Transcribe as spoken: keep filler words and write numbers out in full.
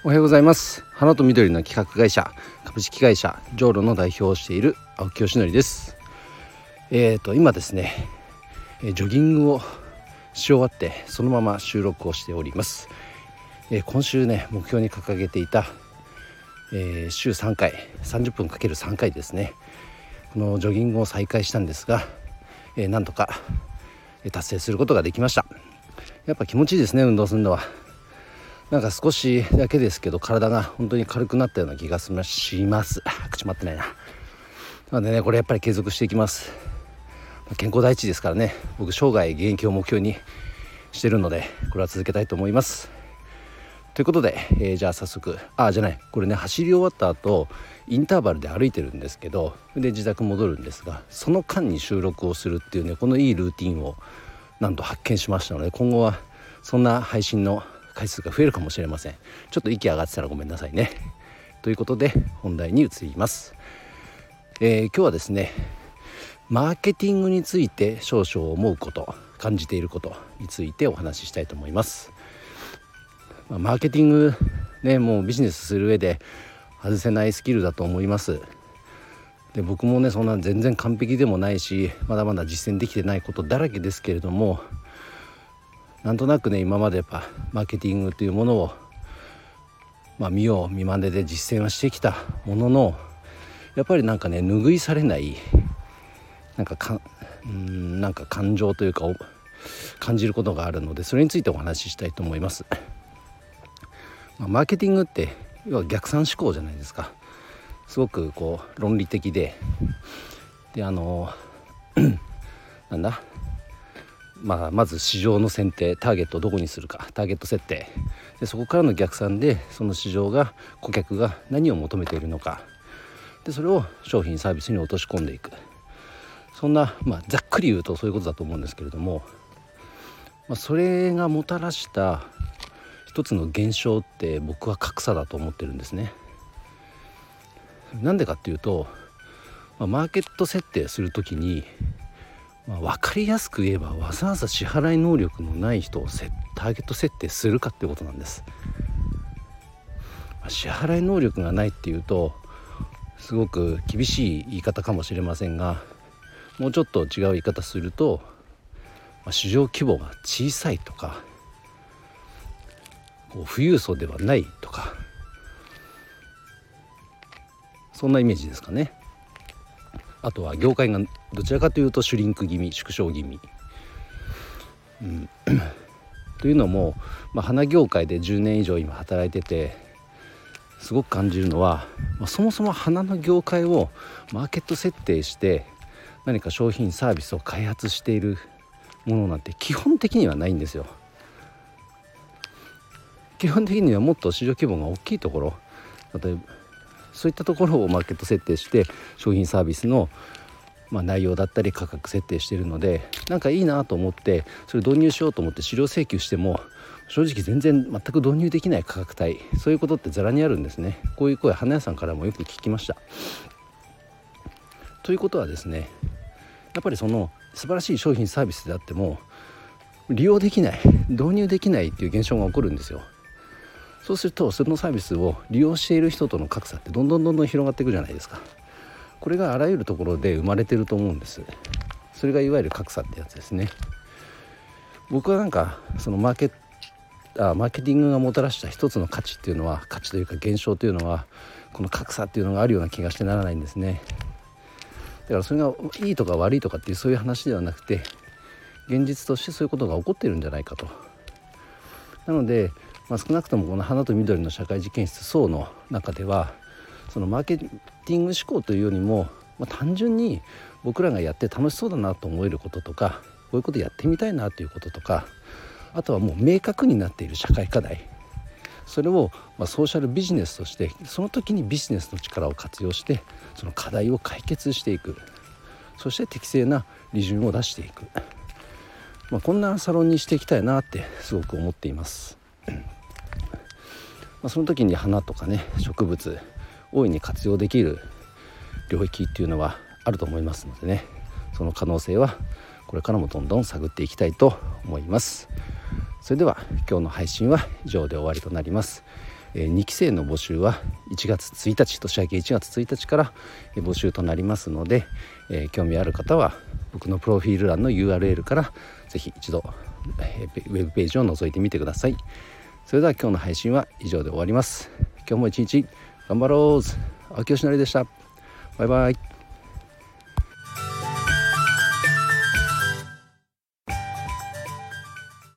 おはようございます。花と緑の企画会社株式会社ジョーロの代表をしている青木よしのりです。えーと今ですねジョギングをし終わってそのまま収録をしております。えー、今週ね目標に掲げていた、えー、週さんかい さんじゅっぷんかけるさんかいですね、このジョギングを再開したんですが、えー、なんとか達成することができました。やっぱ気持ちいいですね、運動するのは。なんか少しだけですけど体が本当に軽くなったような気がします口回ってないな。なのでね、これやっぱり継続していきます。健康第一ですからね。僕生涯現役を目標にしてるので、これは続けたいと思います。ということで、えー、じゃあ早速あじゃないこれね走り終わった後インターバルで歩いてるんですけど、で自宅戻るんですが、その間に収録をするっていうね、このいいルーティンをなんと発見しましたので、今後はそんな配信の回数が増えるかもしれません。ちょっと息上がってたらごめんなさいね。ということで本題に移ります。えー、今日はですねマーケティングについて少々思うこと、感じていることについてお話ししたいと思います。マーケティングね、もうビジネスする上で外せないスキルだと思います。で僕もねそんな全然完璧でもないし、まだまだ実践できてないことだらけですけれども、なんとなくね今までやっぱマーケティングというものを、まあ、見よう見まねで実践はしてきたものの、やっぱりなんかね拭いされないなんかかうーんなんか感情というかを感じることがあるので、それについてお話ししたいと思います。まあ、マーケティングって要は逆算思考じゃないですか。すごくこう論理的で、であのなんだまあ、まず市場の選定、ターゲットをどこにするか、ターゲット設定で、そこからの逆算でその市場が顧客が何を求めているのかで、それを商品サービスに落とし込んでいく、そんな、まあ、ざっくり言うとそういうことだと思うんですけれども、まあ、それがもたらした一つの現象って僕は格差だと思ってるんですね。なんでかっていうと、まあ、マーケット設定するときにまあ、分かりやすく言えばわざわざ支払い能力のない人をターゲット設定するかってことなんです。支払い能力がないっていうとすごく厳しい言い方かもしれませんが、もうちょっと違う言い方すると、まあ、市場規模が小さいとかこう富裕層ではないとか、そんなイメージですかね。あとは業界がどちらかというとシュリンク気味、縮小気味、うん、というのも、まあ、花業界でじゅうねん以上今働いててすごく感じるのは、まあ、そもそも花の業界をマーケット設定して何か商品サービスを開発しているものなんて基本的にはないんですよ。基本的にはもっと市場規模が大きいところ、例えばそういったところをマーケット設定して商品サービスの、まあ、内容だったり価格設定しているので、なんかいいなと思ってそれ導入しようと思って資料請求しても正直全然全く導入できない価格帯、そういうことってざらにあるんですね。こういう声花屋さんからもよく聞きました。ということはですね、やっぱりその素晴らしい商品サービスであっても利用できない、導入できないっていう現象が起こるんですよ。そうするとそのサービスを利用している人との格差ってどんどんどんどん広がっていくじゃないですか。これがあらゆるところで生まれてると思うんです。それがいわゆる格差ってやつですね。僕はなんかそのマーケあマーケティングがもたらした一つの価値っていうのは、価値というか現象というのはこの格差っていうのがあるような気がしてならないんですね。だからそれがいいとか悪いとかっていうそういう話ではなくて、現実としてそういうことが起こっているんじゃないかと。なのでまあ、少なくともこの花と緑の社会実験室層の中では、そのマーケティング思考というよりも、まあ、単純に僕らがやって楽しそうだなと思えることとか、こういうことやってみたいなということとか、あとはもう明確になっている社会課題、それをまあソーシャルビジネスとしてその時にビジネスの力を活用してその課題を解決していく、そして適正な利潤を出していく、まあ、こんなサロンにしていきたいなってすごく思っています。まあ、その時に花とかね植物大いに活用できる領域っていうのはあると思いますのでね、その可能性はこれからもどんどん探っていきたいと思います。それでは今日の配信は以上で終わりとなります。 にき生の募集はいちがつついたち、年明けいちがつついたちから募集となりますので、えー、興味ある方は僕のプロフィール欄の ユーアールエル からぜひ一度、えー、ウェブページを覗いてみてください。それでは今日の配信は以上で終わります。今日も一日頑張ろう。青木よしのりでした。バイバイ。